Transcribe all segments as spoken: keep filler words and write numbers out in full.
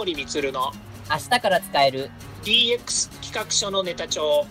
森充の明日から使えるディーエックス 企画書のネタ帳。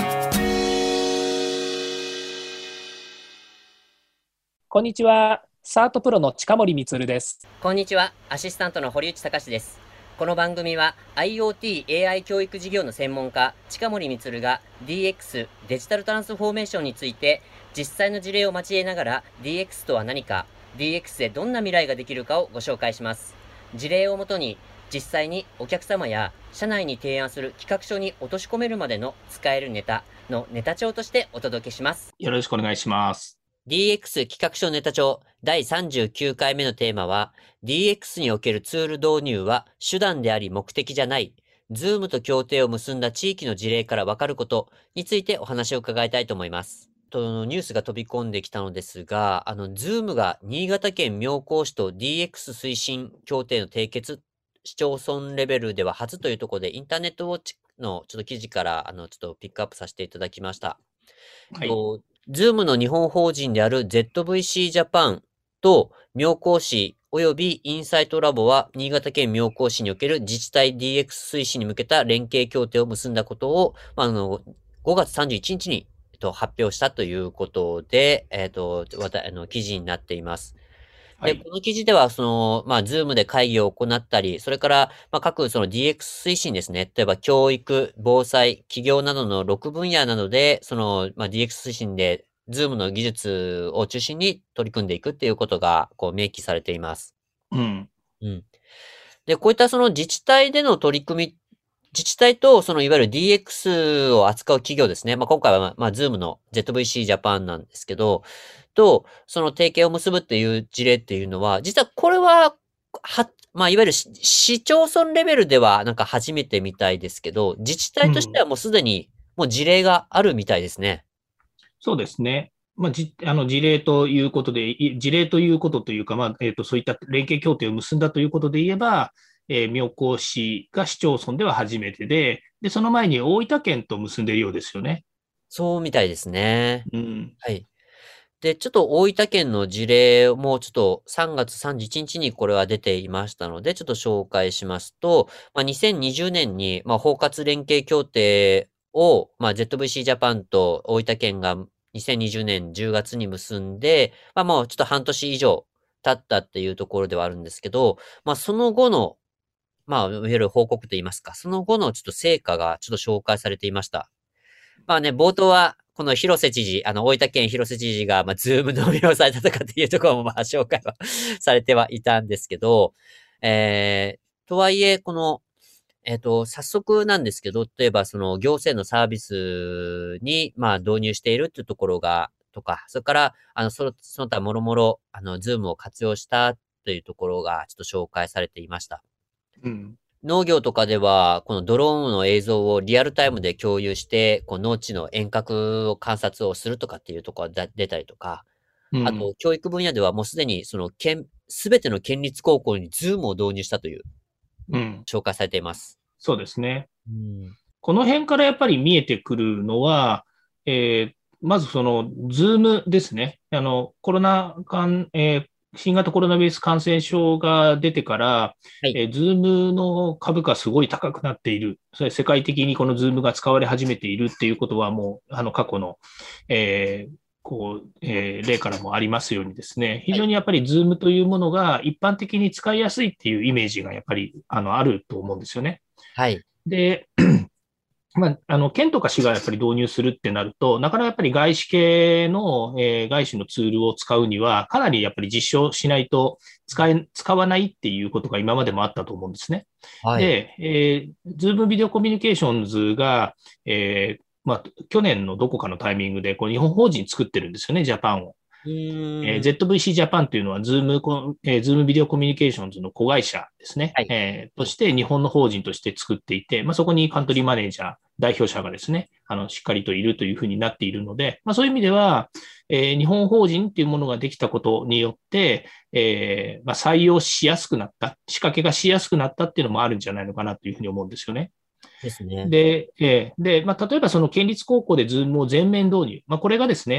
こんにちは、サートプロの近森充です。 こんにちは、アシスタントの堀内隆です。この番組は IoT、エーアイ 教育事業の専門家、近森充が ディーエックス、デジタルトランスフォーメーションについて実際の事例を交えながら ディーエックス とは何か、ディーエックス でどんな未来ができるかをご紹介します。事例をもとに実際にお客様や社内に提案する企画書に落とし込めるまでの使えるネタのネタ帳としてお届けします。 よろしくお願いします。 ディーエックス 企画書ネタ帳だいさんじゅうきゅうかいめのテーマは ディーエックス におけるツール導入は手段であり目的じゃない。Zoom と協定を結んだ地域の事例からわかることについてお話を伺いたいと思います。とニュースが飛び込んできたのですが、あの、Zoom が新潟県妙高市と ディーエックス 推進協定の締結、市町村レベルでは初というところで、インターネットウォッチのちょっと記事から、あの、ちょっとピックアップさせていただきました。 はい。 と Zoom の日本法人である ゼットブイシー ジャパンと妙高市及びインサイトラボは新潟県妙高市における自治体 ディーエックス 推進に向けた連携協定を結んだことを、まあ、あのごがつさんじゅういちにちに、えっと、発表したということで、えっと、わたあの記事になっています。で、 はい。 この記事では、その、まあ、ズームで会議を行ったり、それから、まあ、各その ディーエックス 推進ですね。例えば、教育、防災、企業などのろくぶんやなどで、その、まあ、ディーエックス 推進で、ズームの技術を中心に取り組んでいくっていうことが、こう、明記されています。 うん。 うん。で、こういったその自治体での取り組み、自治体と、そのいわゆる ディーエックス を扱う企業ですね。まあ、今回は、まあ、まあ、Zoom の ゼットブイシー ジャパンなんですけど、と、その提携を結ぶっていう事例っていうのは、実はこれは、は、まあ、いわゆるし市町村レベルではなんか初めてみたいですけど、自治体としてうん。 はもうすでにもう事例があるみたいですね。 そうですね。まあ、じ、あの、事例ということで、い事例ということというか、まあ、えっと、そういった連携協定を結んだということで言えば、えー妙高市が市町村では初めてで、で、その前に大分県と結んでいるようですよね。 そうみたいですね。 うん。 はい。で、ちょっと大分県の事例もちょっとさんがつさんじゅういちにちにちにこれは出ていましたので、ちょっと紹介しますと、まあ、にせんにじゅうねんに、まあ、包括連携協定を、まあ、ゼットブイシー ジャパンと大分県がにせんにじゅうねんじゅうがつに結んで、まあ、もうちょっと半年以上経ったっていうところではあるんですけど、まあ、その後の、まあ、いわゆる報告といいますか、その後のちょっと成果がちょっと紹介されていました。まあね、冒頭は、この広瀬知事、あの、大分県広瀬知事が、まあ、ズーム飲みをされたとかっていうところも、まあ、紹介はされてはいたんですけど、えー、とはいえ、この、えっと、早速なんですけど、例えば、その、行政のサービスに、まあ、導入しているっていうところが、とか、それから、あの、その、その他もろもろ、あの、ズームを活用したというところが、ちょっと紹介されていました。 うん。 農業とかでは、このドローンの映像をリアルタイムで共有して、こう農地の遠隔を観察をするとかっていうところが出たりとか、 うん。 あと、教育分野ではもうすでに、その、県、すべての県立高校にズームを導入したという、 うん。 紹介されています。 そうですね。 うん。 この辺からやっぱり見えてくるのは、えーまずその、ズームですね。あの、コロナ感、えー新型コロナウイルス感染症が出てから、 はい。 えー、ズームの株価すごい高くなっている。それ世界的にこのズームが使われ始めているっていうことはもう、あの、過去の、えーこう、えー例からもありますようにですね、非はい。 常にやっぱりズームというものが一般的に使いやすいっていうイメージがやっぱり、あの、あると思うんですよね。 はい。 で、まあ、あの、県とか市がやっぱり導入するってなると、なかなかやっぱり外資系の、えー外資のツールを使うには、かなりやっぱり実証しないと使え、使わないっていうことが今までもあったと思うんですね。 はい。 で、えー、ズームビデオコミュニケーションズが、えーまあ、去年のどこかのタイミングで、こう日本法人作ってるんですよね、ジャパンを。 うえー、 ーん。 ゼットブイシー ジャパンというのは、ズームコ、えー、ズームビデオコミュニケーションズの子会社ですね。 はい。 えー、として日本の法人として作っていて、まあ、そこにカントリーマネージャー、代表者がですね、あの、しっかりといるというふうになっているので、まあ、そういう意味では、えー、日本法人っていうものができたことによって、えー、まあ、採用しやすくなった、仕掛けがしやすくなったっていうのもあるんじゃないのかなというふうに思うんですよね。 ですね。 で、えーで、まあ、例えばその県立高校でズームを全面導入。まあ、これがですね、あの、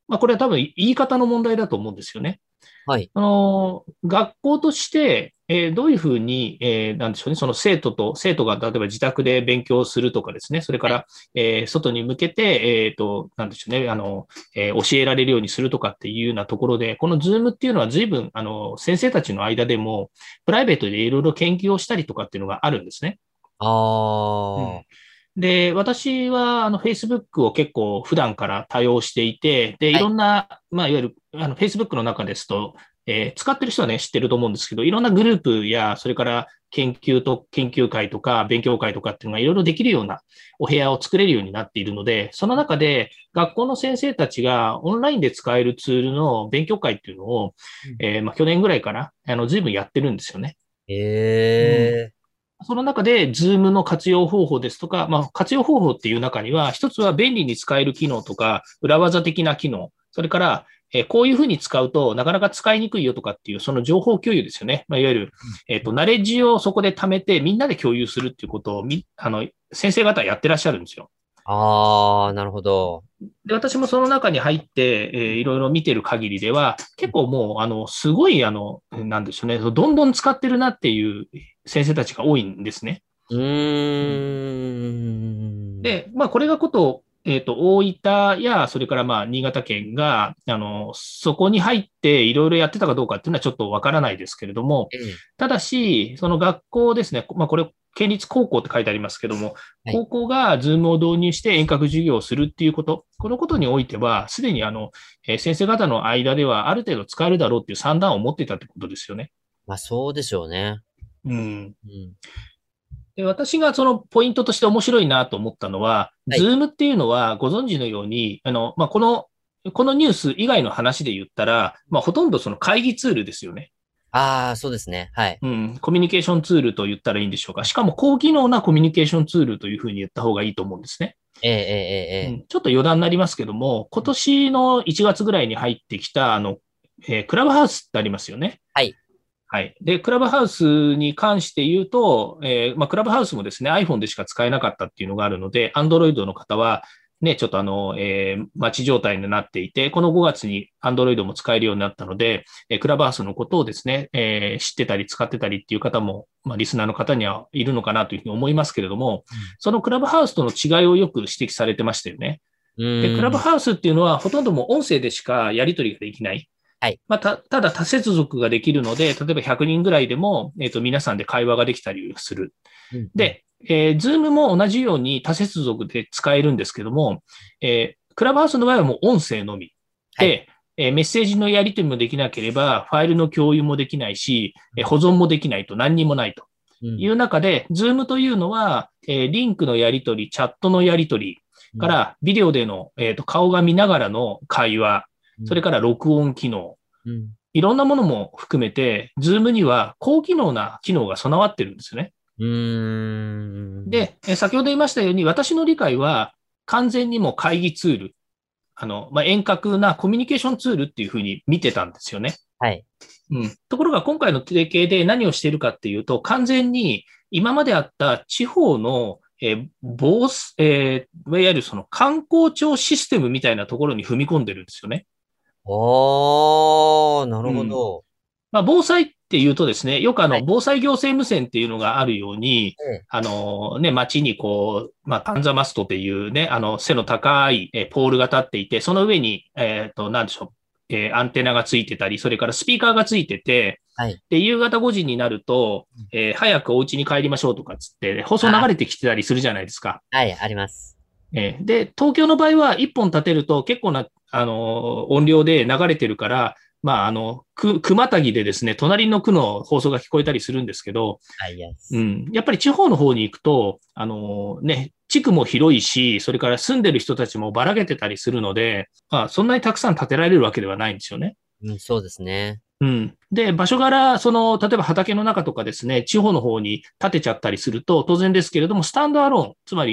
まあ、これは多分言い方の問題だと思うんですよね。 はい。 あの、学校として、えーどういうふうに、えーなんでしょうね、その生徒と、生徒が例えば自宅で勉強するとかですね、それかはい。 ら、えー外に向けて、えっと、なんでしょうね、あの、えー教えられるようにするとかっていうようなところで、このズームっていうのは随分、あの、先生たちの間でも、プライベートでいろいろ研究をしたりとかっていうのがあるんですね。うん。 ああ。 で、私は、あの、Facebook を結構普段から多用していて、で、いはい。 ろんな、まあ、いわゆる、あの、Facebook の中ですと、えー使ってる人はね、知ってると思うんですけど、いろんなグループや、それから研究と、研究会とか、勉強会とかっていうのがいろいろできるようなお部屋を作れるようになっているので、その中で、学校の先生たちがオンラインで使えるツールの勉強会っていうのを、 うん。 えーまあ、去年ぐらいから、あの、随分やってるんですよね。うん。 ええ。 その中で、ズームの活用方法ですとか、まあ、活用方法っていう中には、一つは便利に使える機能とか、裏技的な機能、それから、えーこういうふうに使うとなかなか使いにくいよとかっていう、その情報共有ですよね。まあ、いわゆる、 うん。 えっと、ナレッジをそこで貯めて、みんなで共有するっていうことをみ、あの、先生方はやってらっしゃるんですよ。 ああ、なるほど。 で、私もその中に入って、えーいろいろ見てる限りでは、結構もう、あの、すごい、あの、なんでしょうね、どんどん使ってるなっていう先生たちが多いんですね。 うーん。 で、まあ、これがこと、えっと、大分や、それからまあ、新潟県が、あの、そこに入っていろいろやってたかどうかっていうのはちょっとわからないですけれども、 ええ。 ただし、その学校ですね、まあ、これ、県立高校って書いてありますけども、 はい。 高校がズームを導入して遠隔授業をするっていうこと、このことにおいては、すでにあの、えー先生方の間ではある程度使えるだろうっていう算段を持っていたってことですよね。 まあ、そうでしょうね。 うん。 うん。 で、私がそのポイントとして面白いなと思ったのは、 はい。 ズームっていうのはご存知のように、あの、まあ、この、このニュース以外の話で言ったら、まあ、ほとんどその会議ツールですよね。 ああ、そうですね。はい。 うん、コミュニケーションツールと言ったらいいんでしょうか。しかも高機能なコミュニケーションツールというふうに言った方がいいと思うんですね。 ええ、ええ、ええ。 うん、ちょっと余談になりますけども、今年のいちがつぐらいに入ってきた、あの、えークラブハウスってありますよね。 はい。 はい。で、クラブハウスに関して言うと、えーまあ、クラブハウスもですね、iPhone でしか使えなかったっていうのがあるので、Android の方は、ね、ちょっとあの、えー待ち状態になっていて、このごがつに Android も使えるようになったので、えークラブハウスのことをですね、えー知ってたり使ってたりっていう方も、まあ、リスナーの方にはいるのかなというふうに思いますけれども、 うん。 そのクラブハウスとの違いをよく指摘されてましたよね。 うで、クラブーん。 ハウスっていうのは、ほとんどもう音声でしかやり取りができない。 はい。 まあ、た、ただ多接続ができるので、例えばひゃくにんぐらいでも、えっと、皆さんで会話ができたりする。 うん、うん。 で、えー、ズームも同じように多接続で使えるんですけども、えー、クラブハウスの場合はもう音声のみ。 はい。 で、えーメッセージのやり取りもできなければ、ファイルの共有もできないし、えー保存もできないと何にもないとうん。 いう中で、ズームというのは、えーリンクのやり取り、チャットのやり取りうん。 から、ビデオでの、えーと顔が見ながらの会話、 うん。 それから録音機能、 うん。 いろんなものも含めて、ズームには高機能な機能が備わってるんですよね。 うーん。 で、え先ほど言いましたように、私の理解は完全にもう会議ツール、あの、まあ、遠隔なコミュニケーションツールっていうふうに見てたんですよね。 はい。 うん。ところが今回の提携で何をしているかっていうと、完全に今まであった地方の、えー防す、えーいわゆるその観光庁システムみたいなところに踏み込んでるんですよね。 ああ、なるほうん。 ど。 まあ、防災っていうとですね、よくあの、 はい。 防災行政無線っていうのがあるように、 ええ。 あのね、街にこう、まあ、パンザマストっていうね、あの、背の高いえーポールが立っていて、その上に、えっと、なんでしょう、えーアンテナがついてたり、それからスピーカーがついてて、 はい。 で、夕方ごじになると、 うん。 えー早くお家に帰りましょうとかっつって、放送流あれてきてたりするじゃないですか。 あ、はい、あります。 えーで、東京の場合は一本立てると結構な、あのー音量で流れてるから、まあ、あの、く、くまたぎでですね、隣の区の放送が聞こえたりするんですけど、 はい、やす。 うん、やっぱり地方の方に行くと、あのーね、地区も広いし、それから住んでる人たちもばらけてたりするので、まあ、そんなにたくさん建てられるわけではないんですよね。 うん、そうですね。 うん。で、場所柄、その、例えば畑の中とかですね、地方の方に建てちゃったりすると、当然ですけれども、スタンドアローン、つまり、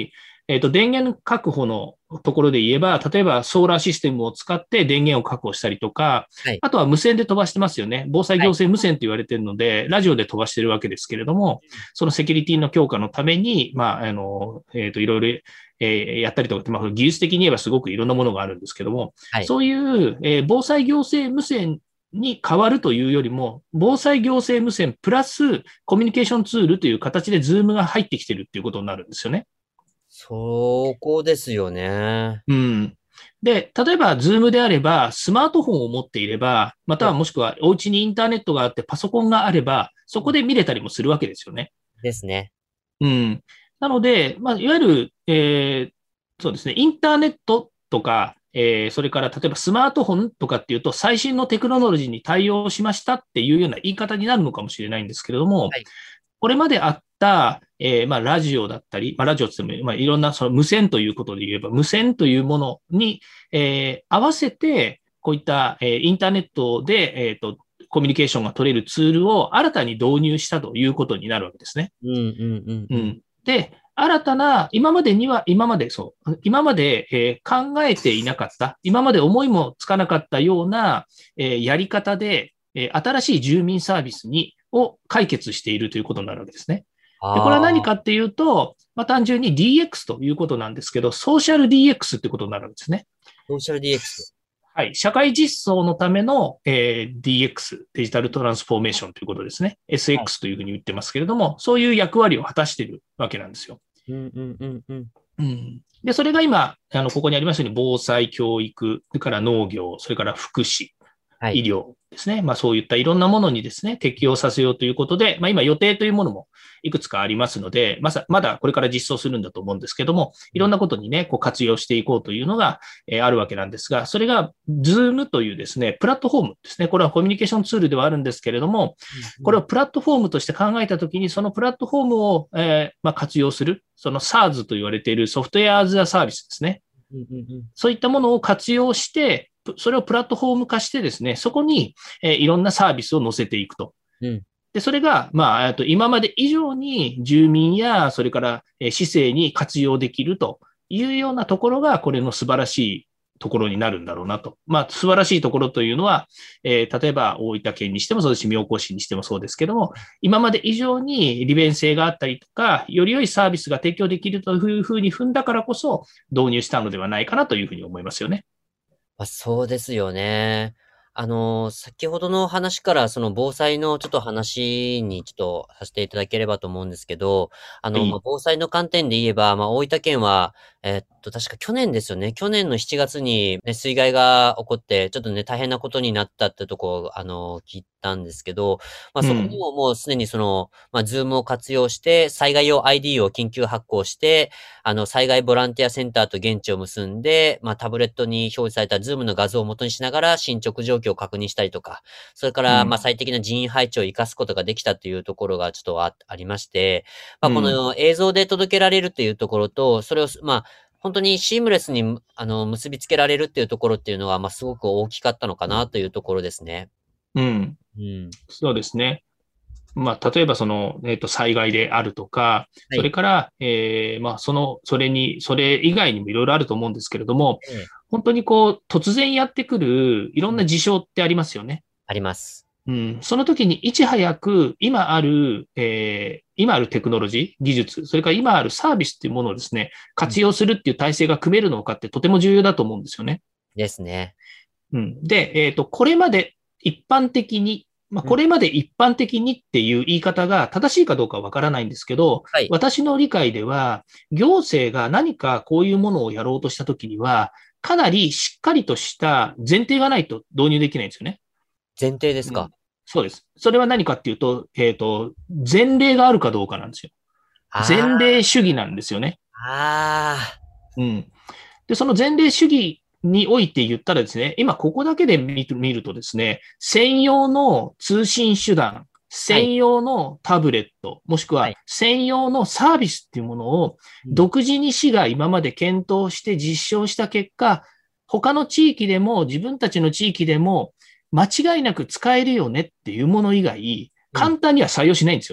えっと、電源確保のところで言えば、例えばソーラーシステムを使って電源を確保したりとか、 はい。 あとは無線で飛ばしてますよね。防災はい。 行政無線と言われているので、ラジオで飛ばしているわけですけれども、そのセキュリティの強化のために、まあ、あの、えっと、いろいろ、えーやったりとか、まあ、技術的に言えばすごくいろんなものがあるんですけども、 はい。 そういう、えー防災行政無線に変わるというよりも、防災行政無線プラスコミュニケーションツールという形でズームが入ってきているっていうことになるんですよね。 そこですよね。 うん。で、例えば、ズームであれば、スマートフォンを持っていれば、またはい。 はもしくはお家にインターネットがあってパソコンがあれば、そこで見れたりもするわけですよね。 ですね。 うん。なので、まあ、いわゆる、えーそうですね、インターネットとか、えーそれから例えばスマートフォンとかっていうと、最新のテクノロジーに対応しましたっていうような言い方になるのかもしれないんですけれども、 はい。 これまであった、えーまあ、ラジオだったり、まあ、ラジオって言っても、まあ、いろんなその無線ということで言えば、無線というものに、えー合わせて、こういった、えーインターネットで、えーと、コミュニケーションが取れるツールを新たに導入したということになるわけですね。 うんうんうんうん。 うん。で、新たな、今までには、今までそう、今まで、えー考えていなかった、今まで思いもつかなかったような、えーやり方で、えー新しい住民サービスに、を解決しているということになるわけですね。で、これは何ああ、 かっていうと、まあ、単純に ディーエックス ということなんですけど、ソーシャル ディーエックス ってことになるわけですね。 ソーシャル ディーエックス。 はい。社会実装のための、えー ディーエックス、デジタルトランスフォーメーションということですね。 はい。 エスエックス というふうに言ってますけれども、そういう役割を果たしているわけなんですよ。 うんうんうんうん。 うん。で、それが今、あの、ここにありますように、防災、教育、それから農業、それから福祉、 はい。 医療ですね。まあそういったいろんなものにですね、適用させようということで、まあ今予定というものもいくつかありますので、まさ、まだこれから実装するんだと思うんですけども、いろんなことにね、こう活用していこうというのが、えーあるわけなんですが、それが Zoom というですね、プラットフォームですね。これはコミュニケーションツールではあるんですけれども、 うんうん。 これをプラットフォームとして考えたときに、そのプラットフォームを、えーまあ、活用する、その SaaS と言われているソフトウェア as a Service ですね。 うんうんうん。 そういったものを活用して、それをプラットフォーム化してですね、そこに、えーいろんなサービスを載せていくと。 うん。 で、それが、まあ、と今まで以上に住民や、それから、えー市政に活用できるというようなところが、これの素晴らしいところになるんだろうなと。まあ、素晴らしいところというのは、えー例えば大分県にしてもそうですし、妙高市にしてもそうですけども、今まで以上に利便性があったりとか、より良いサービスが提供できるというふうに踏んだからこそ、導入したのではないかなというふうに思いますよね。 まあ、そうですよね。あの、先ほどの話から、その防災のちょっと話にちょっとさせていただければと思うんですけど、あの、まあ、 はい。 防災の観点で言えば、まあ、大分県は、えっと、確か去年ですよね。去年のしちがつに、ね、水害が起こって、ちょっとね、大変なことになったってとこ、あの、聞いたんですけど、まあ、そこにうん。 ももうすでにその、まあ、ズームを活用して、災害用 アイディー を緊急発行して、あの、災害ボランティアセンターと現地を結んで、まあ、タブレットに表示された Zoom の画像を元にしながら進捗状況を確認したりとか、それから、まあ、 うん。 最適な人員配置を活かすことができたというところがちょっとあ、ありまして、まあ、こうん。 の映像で届けられるというところと、それを、まあ、本当にシームレスに、あの、結びつけられるっていうところっていうのは、まあ、すごく大きかったのかなというところですね。 うん。 うん。 そうですね。まあ、例えばその、えっと、災害であるとか、 はい。 それから、えーまあ、その、それに、それ以外にもいろいろあると思うんですけれども、 ええ。 本当にこう、突然やってくるいろうん。 んな事象ってありますよね。 あります。 うん。その時にいち早く今ある、えー今あるテクノロジー、技術、それから今あるサービスっていうものをですね、 うん。 活用するっていう体制が組めるのかってとても重要だと思うんですよね。 ですね。 うん。で、えっと、これまで一般的に、まあ、 うん。 これまで一般的にっていう言い方が正しいかどうかわからないんですけど、 はい。 私の理解では、行政が何かこういうものをやろうとしたときには、かなりしっかりとした前提がないと導入できないんですよね。 前提ですか？ うん。そうです。それは何かっていうと、えっと、前例があるかどうかなんですよ。前あ例主義なんですよね。 あ、ああ、 うん。で、その前例主義において言ったらですね、今ここだけで見るとですね、専用の通信手段、 はい。 専用のタブレット、もしくははい。 専用のサービスっていうものをうん。 独自に市が今まで検討して実証した結果、他の地域でも自分たちの地域でも間違いなく使えるよねっていうもの以外、 うん。 簡単には採用しないんですよね。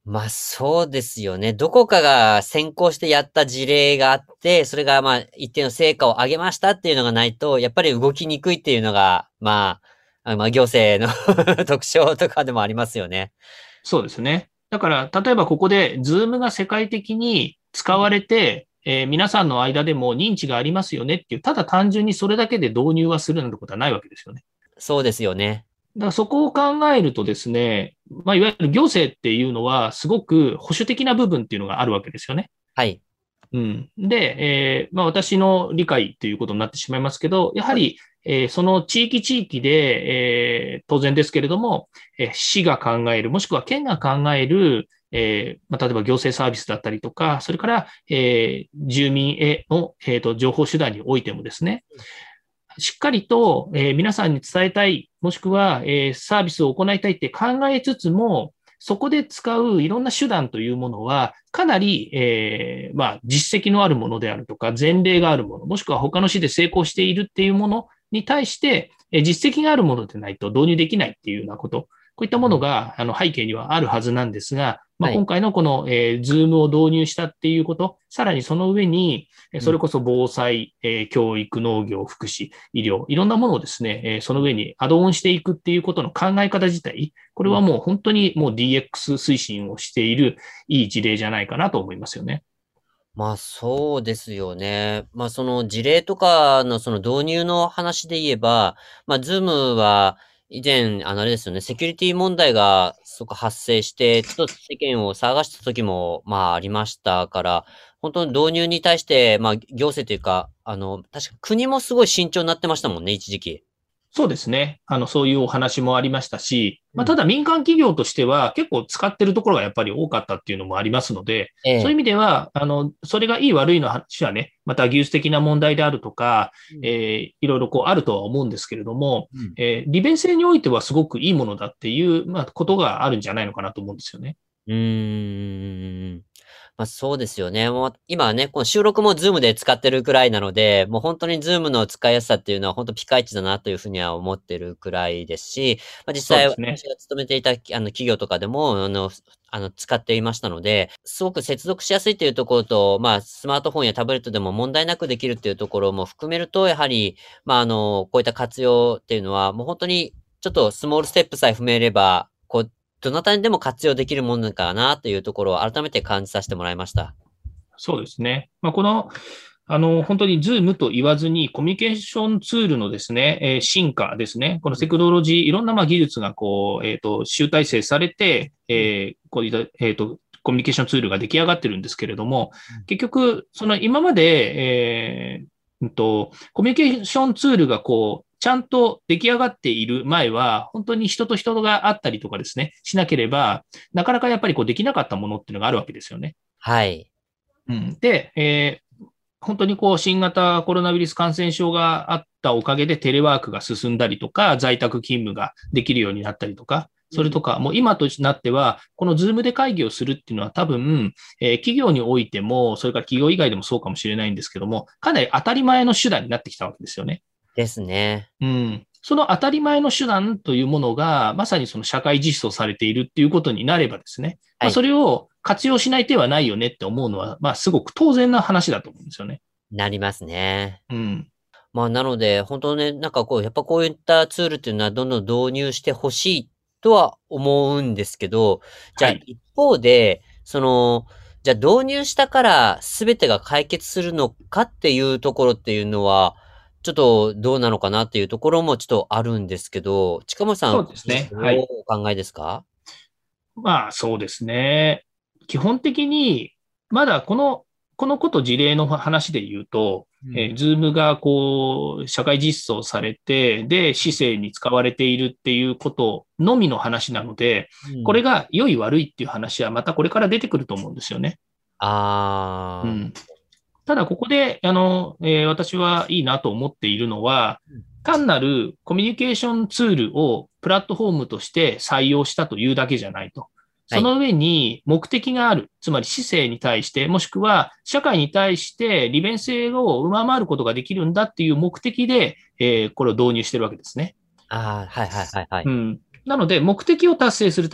まあそうですよね。どこかが先行してやった事例があって、それがまあ一定の成果を上げましたっていうのがないと、やっぱり動きにくいっていうのが、まあ、あまあ行政の特徴とかでもありますよね。 そうですね。だから、例えばここで、ズームが世界的に使われて、えー皆さんの間でも認知がありますよねっていう、ただ単純にそれだけで導入はするなんてことはないわけですよね。 そうですよね。 だからそこを考えるとですね、まあ、いわゆる行政っていうのは、すごく保守的な部分っていうのがあるわけですよね。 はい。 うん。で、えーまあ、私の理解ということになってしまいますけど、やはり、えーその地域地域で、えー当然ですけれども、えー市が考える、もしくは県が考える、えーまあ、例えば行政サービスだったりとか、それから、えー住民への、えーと、情報手段においてもですね、しっかりと、えー皆さんに伝えたい、もしくは、えーサービスを行いたいって考えつつも、そこで使ういろんな手段というものは、かなり、えーまあ、実績のあるものであるとか、前例があるもの、もしくは他の市で成功しているっていうものに対して、えー実績があるものでないと導入できないっていうようなこと、こういったものがあの背景にはあるはずなんですが、まあ、 はい。 今回のこの、えー、Zoom を導入したっていうこと、さらにその上に、 うん。 それこそ防災、えー教育、農業、福祉、医療、いろんなものをですね、えーその上にアドオンしていくっていうことの考え方自体、これはもう本当にもう ディーエックス 推進をしているいい事例じゃないかなと思いますよね。 まあそうですよね。まあその事例とかのその導入の話で言えば、まあズームは以前、あのあれですよね、セキュリティ問題がそこ発生して、ちょっと世間を騒がした時もまあありましたから、本当に導入に対して、まあ行政というか、あの、確か国もすごい慎重になってましたもんね、一時期。 そうですね。あの、そういうお話もありましたし、まあ、 うん。 ただ民間企業としては結構使ってるところがやっぱり多かったっていうのもありますので、 ええ。 そういう意味では、あの、それがいい悪いの話はね、また技術的な問題であるとか、 うん。 えーいろいろこうあるとは思うんですけれども、 うん。 えー利便性においてはすごくいいものだっていう、まあ、ことがあるんじゃないのかなと思うんですよね。 うーん。まあ、そうですよね。もう、今はね、この収録も Zoom で使ってるくらいなので、もう本当に Zoom の使いやすさっていうのは本当ピカイチだなというふうには思ってるくらいですし、まあ、実際そうですね。 私が勤めていた、あの、企業とかでも、あの、あの、使っていましたので、すごく接続しやすいっていうところと、まあ、スマートフォンやタブレットでも問題なくできるっていうところも含めると、やはり、まあ、あの、こういった活用っていうのは、もう本当に、ちょっとスモールステップさえ踏めれば、こう、どなたにでも活用できるものかなというところを改めて感じさせてもらいました。 そうですね。まあ、この、あの、本当にズームと言わずに、コミュニケーションツールのですね、えー進化ですね。このテクノロジー、いろんなまあ技術がこう、えっと、集大成されて、 うん、 えーこういった、えっと、コミュニケーションツールが出来上がってるんですけれども、 うん、 結局、その今まで、えーうんと、コミュニケーションツールがこう、ちゃんと出来上がっている前は、本当に人と人があったりとかですね、しなければ、なかなかやっぱりこうできなかったものっていうのがあるわけですよね。 はい。 うん、で、えー本当にこう新型コロナウイルス感染症があったおかげでテレワークが進んだりとか、在宅勤務ができるようになったりとか、 うん、 それとか、もう今となっては、このズームで会議をするっていうのは多分、えー企業においても、それから企業以外でもそうかもしれないんですけども、かなり当たり前の手段になってきたわけですよね。 ですね。 うん。その当たり前の手段というものが、まさにその社会実装されているっていうことになればですね、まあ、そはい。 れを活用しない手はないよねって思うのは、まあ、すごく当然な話だと思うんですよね。 なりますね。 うん。 まあ、なので、本当ね、なんかこう、やっぱこういったツールっていうのはどんどん導入してほしいとは思うんですけど、じゃあはい。 一方で、その、じゃあ導入したから全てが解決するのかっていうところっていうのは、ちょっとどうなのかなっていうところもちょっとあるんですけど、近本さん、 そうですね。 どうはい。 お考えですか？ まあ、そうですね。基本的に、まだこの、このこと事例の話で言うと、 うん。 えー、ズームがこう、社会実装されて、で、市政に使われているっていうことのみの話なので、 うん。 これが良い悪いっていう話はまたこれから出てくると思うんですよね。うああ。 ん。ただ、ここで、あの、えー私はいいなと思っているのは、 うん。 単なるコミュニケーションツールをプラットフォームとして採用したというだけじゃないと。 はい。 その上に目的がある。つまり市政に対して、もしくは社会に対して利便性を上回ることができるんだっていう目的で、えーこれを導入してるわけですね。 ああ、はいはいはいはい。 うん。なので、目的を達成するため、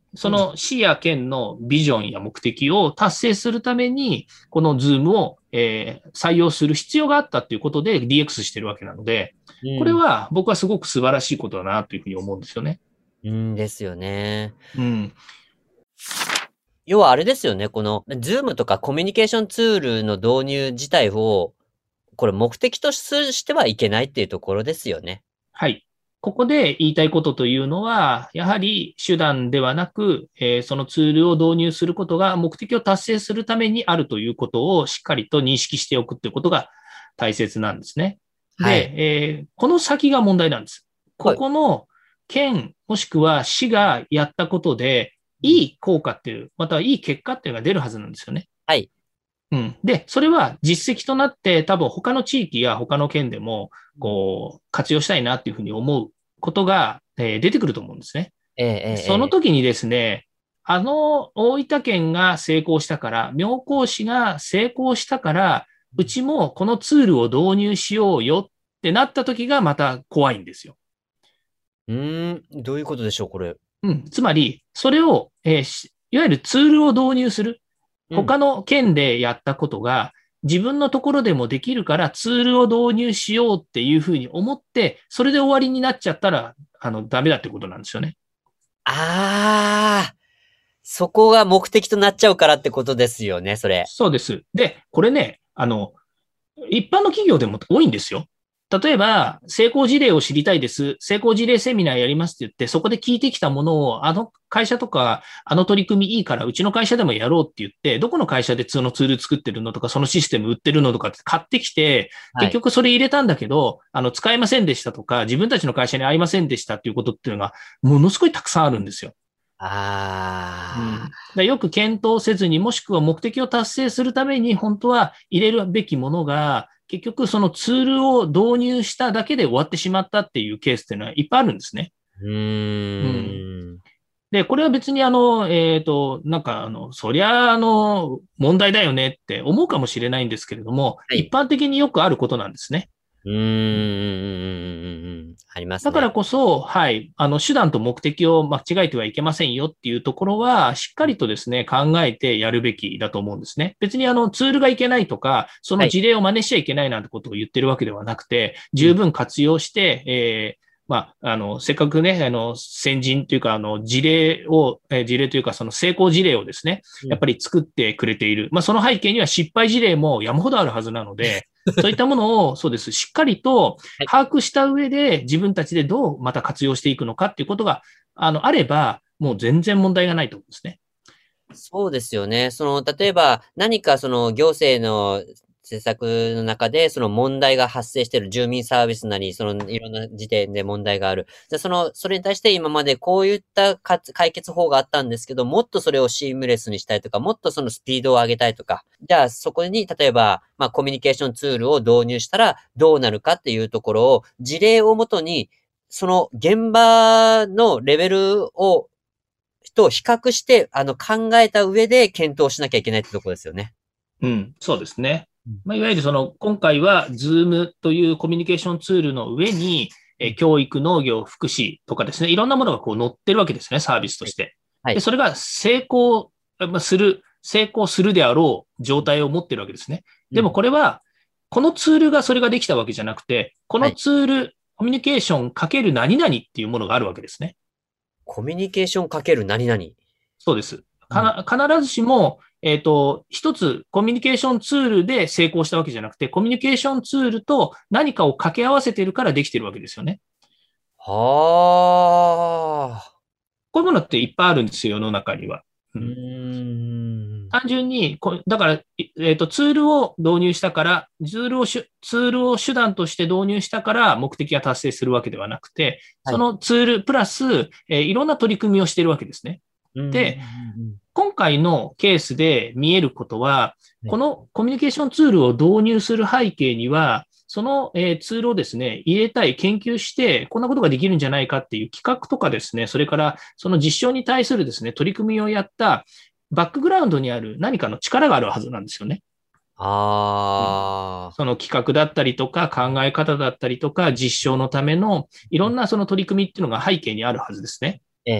その市や県のビジョンや目的を達成するために、この Zoom を、えー採用する必要があったということで ディーエックス してるわけなので、これうん。 は僕はすごく素晴らしいことだなというふうに思うんですよね。 うんですよね。 うん。 要はあれですよね。この Zoom とかコミュニケーションツールの導入自体を、これ目的としてはいけないっていうところですよね。 はい。ここで言いたいことというのは、やはり手段ではなく、えーそのツールを導入することが目的を達成するためにあるということをしっかりと認識しておくということが大切なんですね。 はい。 で、えーこの先が問題なんです。こはい。 この県もしくは市がやったことで、いい効果っていう、またはいい結果っていうのが出るはずなんですよね。 はい。 うん。で、それは実績となって多分他の地域や他の県でも、こう、活用したいなっていうふうに思うことが、えー出てくると思うんですね。 ええ、えそのえ、ええ。 時にですね、あの大分県が成功したから、妙高市が成功したから、うちもこのツールを導入しようよってなった時がまた怖いんですよ。 うーん、どういうことでしょう、これ。 うん。つまり、それを、えーしいわゆるツールを導入する。 うん。 他の県でやったことが自分のところでもできるからツールを導入しようっていうふうに思って、それで終わりになっちゃったら、あの、ダメだってことなんですよね。 ああ、そこが目的となっちゃうからってことですよね、それ。 そうです。で、これね、あの、一般の企業でも多いんですよ。例えば、成功事例を知りたいです。成功事例セミナーやりますって言って、そこで聞いてきたものを、あの会社とか、あの取り組みいいから、うちの会社でもやろうって言って、どこの会社でそのツール作ってるのとか、そのシステム売ってるのとかって買ってきて、 はい。 結局それ入れたんだけど、あの、使えませんでしたとか、自分たちの会社に合いませんでしたっていうことっていうのが、ものすごいたくさんあるんですよ。うあん、だよく検討せずに、もしくは目的を達成するために、本当は入れるべきものが、結局そのツールを導入しただけで終わってしまったっていうケースっていうのはいっぱいあるんですね。 ー。ううん。 ーん。 で、これは別にあの、えっと、なんかあの、そりゃあの、問題だよねって思うかもしれないんですけれども、 はい。 一般的によくあることなんですね。 うーん、うん、うん、うん、うん。ありますだからね。 こそ、はい、あの、手段と目的を間違えてはいけませんよっていうところは、しっかりとですね、考えてやるべきだと思うんですね。別にあの、ツールがいけないとか、そはい。 の事例を真似しちゃいけないなんてことを言ってるわけではなくて、 うん。 十分活用して、えーまあ、あの、せっかくね、あの、先人というか、あの、事例を、えー事例というか、その成功事例をですね、 うん。 やっぱり作ってくれている。まあ、その背景には失敗事例も山ほどあるはずなので、そういったものを、そうです、しっかりとはい。 把握した上で自分たちでどうまた活用していくのかっていうことが、あの、あれば、もう全然問題がないと思うんですね。 そうですよね。その、例えば、何かその行政の施策の中で、その問題が発生している住民サービスなり、そのいろんな時点で問題がある。じゃあ、その、それに対して今までこういったか解決法があったんですけど、もっとそれをシームレスにしたいとか、もっとそのスピードを上げたいとか、じゃあそこに、例えば、まあコミュニケーションツールを導入したらどうなるかっていうところを、事例をもとに、その現場のレベルをと比較して、あの、考えた上で検討しなきゃいけないってとこですよね。 うん、そうですね。 うん。 まあ、いわゆるその、今回は Zoom というコミュニケーションツールの上に、 うん。 え教育、農業、福祉とかですね、いろんなものがこう載ってるわけですね、サービスとはい。 して。で、 はい。 それが成功する、成功するであろう状態を持ってるわけですね。でもうん。 これは、このツールがそれができたわけじゃなくて、このはい。 ツール、コミュニケーションかける何々っていうものがあるわけですね。 コミュニケーションかける何々。 そうです。 うん。 か必ずしも、えっと、一つコミュニケーションツールで成功したわけじゃなくて、コミュニケーションツールと何かを掛け合わせているからできているわけですよね。 はあ。 こういうものっていっぱいあるんですよ、世の中には。ううん、 ーん。 単純に、だから、えっと、ツールを導入したから、ツールをツールを手段として導入したから目的が達成するわけではなくて、 はい。 そのツールプラス、えーいろんな取り組みをしているわけですね。 うんうんで、 うんうん今回のケースで見えることは、 はい。 このコミュニケーションツールを導入する背景には、その、えーツールをですね、入れたい、研究して、こんなことができるんじゃないかっていう企画とかですね、それからその実証に対するですね、取り組みをやったバックグラウンドにある何かの力があるはずなんですよね。うん、 ああ。 その企画だったりとか考え方だったりとか実証のためのいろんなその取り組みっていうのが背景にあるはずですね。 ええ。 で、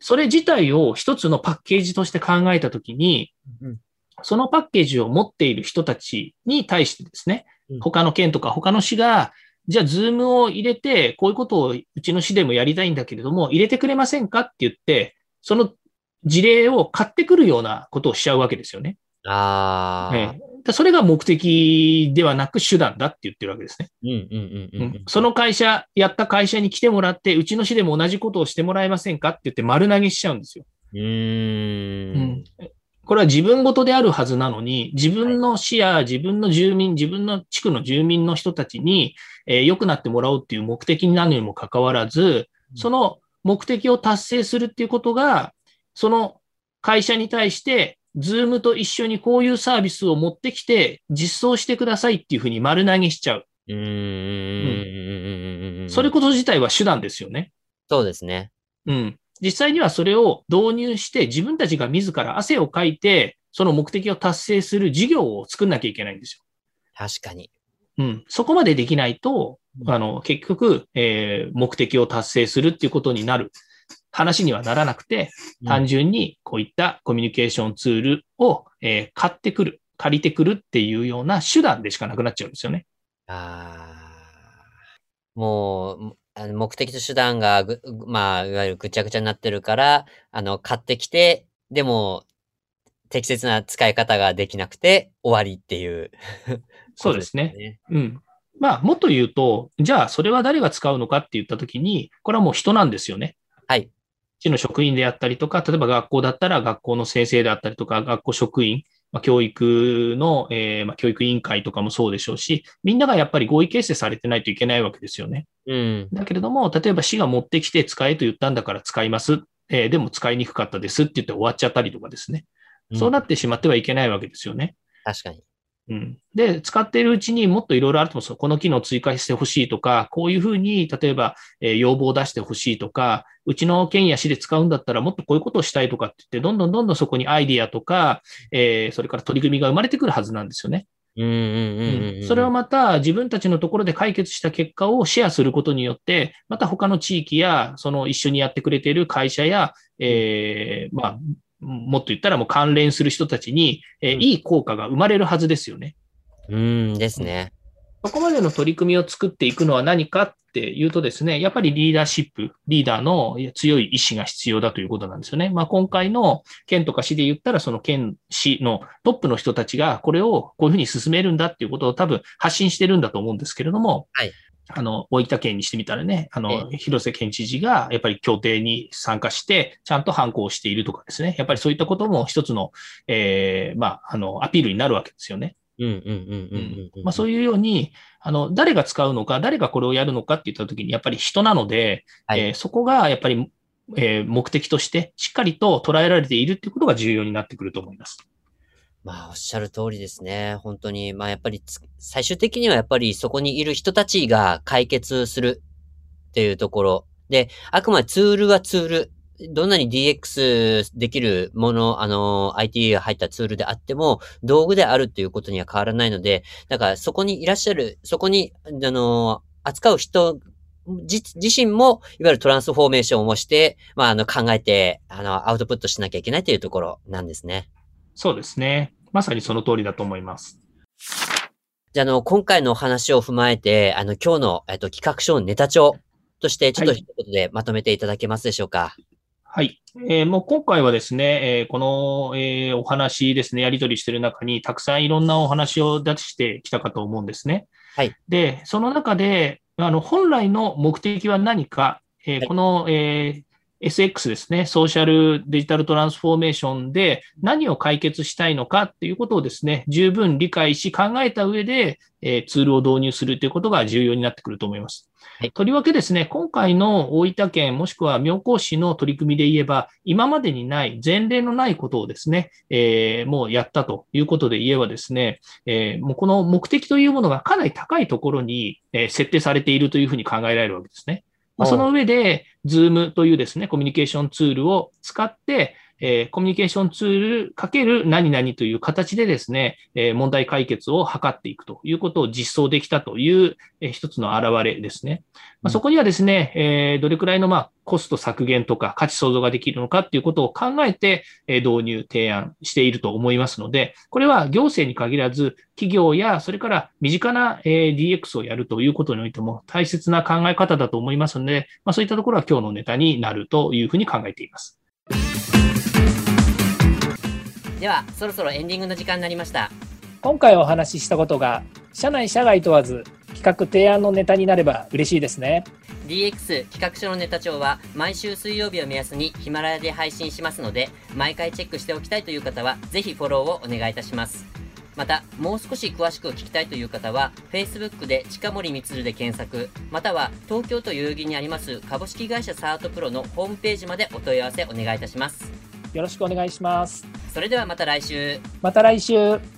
それ自体を一つのパッケージとして考えたときに、 うん、 そのパッケージを持っている人たちに対してですね、 うん、 他の県とか他の市が、じゃあ、ズームを入れて、こういうことをうちの市でもやりたいんだけれども、入れてくれませんかって言って、その事例を買ってくるようなことをしちゃうわけですよね。 ああ、 ええ、それが目的ではなく手段だって言ってるわけですね。 うん、うん、うん、うん、 うん、その会社、やった会社に来てもらって、うちの市でも同じことをしてもらえませんかって言って丸投げしちゃうんですよ。 ううん、 ーん。 これは自分ごとであるはずなのに、自はい。 分の市や自分の住民、自分の地区の住民の人たちに、えー良くなってもらおうっていう目的になるにもかかわらず、 うん、 その目的を達成するっていうことが、その会社に対して、ズームと一緒にこういうサービスを持ってきて実装してくださいっていうふうに丸投げしちゃう。 うーん、うん、 うん。 うん、うん、 それこと自体は手段ですよね。 そうですね。 うん。実際にはそれを導入して自分たちが自ら汗をかいて、その目的を達成する事業を作んなきゃいけないんですよ。 確かに。 うん。そこまでできないと、 うん、 あの、結局、えー目的を達成するっていうことになる話にはならなくて、 うん。 単純にこういったコミュニケーションツールを、えー買ってくる、借りてくるっていうような手段でしかなくなっちゃうんですよね。 ああ、もう、あの、目的と手段がぐぐまあ、いわゆるぐちゃぐちゃになってるから、あの、買ってきて、でも、適切な使い方ができなくて終わりっていうことですそうですね。 ね。 うん。まあ、もっと言うと、じゃあ、それは誰が使うのかって言ったときに、これはもう人なんですよね。 はい。 市の職員であったりとか、例えば学校だったら学校の先生であったりとか、学校職員、まあ、教育の、えーまあ、教育委員会とかもそうでしょうし、みんながやっぱり合意形成されてないといけないわけですよね。 うん。 だけれども、例えば市が持ってきて使えと言ったんだから使います。えーでも使いにくかったですって言って終わっちゃったりとかですね。 うん。 そうなってしまってはいけないわけですよね。 確かに。 うん、で、使っているうちにもっといろいろあると思うんですよ。この機能追加してほしいとか、こういうふうに、例えば、えー要望を出してほしいとか、うちの県や市で使うんだったらもっとこういうことをしたいとかって言って、どんどんどんどんそこにアイディアとか、えーそれから取り組みが生まれてくるはずなんですよね。 うんうんうんうん。そうんうんうん。 れをまた自分たちのところで解決した結果をシェアすることによって、また他の地域や、その一緒にやってくれている会社や、 うん、 えーまあ、もっと言ったらもう関連する人たちに、えーうん。 いい効果が生まれるはずですよね。 うーん、ですうん。 ね。 そこまでの取り組みを作っていくのは何かっていうとですね、やっぱりリーダーシップ、リーダーの強い意志が必要だということなんですよね。まあ、今回の県とか市で言ったら、その県市のトップの人たちがこれをこういうふうに進めるんだっていうことを多分発信してるんだと思うんですけれども、 はい。 あの、大分県にしてみたらね、あええ。 の、広瀬県知事がやっぱり協定に参加して、ちゃんと反抗しているとかですね、やっぱりそういったことも一つの、えー、まあ、あの、アピールになるわけですよね。 うんうんうんうんううん。 んうんうん。 まあそういうように、あの、誰が使うのか、誰がこれをやるのかって言ったときに、やっぱり人なので、 はい。 えーそこがやっぱり、えー目的としてしっかりと捉えられているっていうことが重要になってくると思います。 まあ、おっしゃる通りですね。本当に、まあ、やっぱりつ最終的にはやっぱりそこにいる人たちが解決するっていうところ。で、あくまでツールはツール。どんなに ディーエックス できるもの、あの、アイティー が入ったツールであっても、道具であるっていうことには変わらないので、だからそこにいらっしゃる、そこに、あの、扱う人自自身も、いわゆるトランスフォーメーションをして、まあ、あの、考えて、あの、アウトプットしなきゃいけないというところなんですね。 そうですね。まさにその通りだと思います。 じゃあ、あの、今回のお話を踏まえて、あの、今日の、えっと、企画書のネタ帳として、ちょっはい。 と一言でまとめていただけますでしょうか？ はい。えーもう今回はですね、えーこの、えーお話ですね、やり取りしている中に、たくさんいろんなお話を出してきたかと思うんですね。 はい。 で、その中で、あの、本来の目的は何か、えーはい。 この、えー エスエックス ですね、ソーシャルデジタルトランスフォーメーションで何を解決したいのかっていうことをですね、十分理解し考えた上で、えーツールを導入するということが重要になってくると思います。 はい。 とりわけですね、今回の大分県もしくは妙高市の取り組みで言えば、今までにない前例のないことをですね、えーもうやったということで言えばですね、えーもうこの目的というものがかなり高いところに、えー設定されているというふうに考えられるわけですね。まあ、そおう。 の上で、Zoom というですね、コミュニケーションツールを使って、 えー、コミュニケーションツールかける何々という形でですね、えー、問題解決を図っていくということを実装できたという、えー、一つの表れですね。まあ、そこにはですね、えー、どれくらいのまあコスト削減とか価値創造ができるのかということを考えて、えー、導入、提案していると思いますので、これは行政に限らず、企業やそれから身近な ディーエックス をやるということにおいても大切な考え方だと思いますので、まあ、そういったところは今日のネタになるというふうに考えています。 ではそろそろエンディングの時間になりました。 今回お話ししたことが社内社外問わず企画提案のネタになれば嬉しいですね。 ディーエックス 企画書のネタ帳は毎週水曜日を目安にヒマラヤで配信しますので、毎回チェックしておきたいという方はぜひフォローをお願いいたします。またもう少し詳しく聞きたいという方は Facebook で近森光で検索、または東京都代々木にあります株式会社サートプロのホームページまでお問い合わせお願いいたします。 よろしくお願いします。 それではまた来週。 また来週。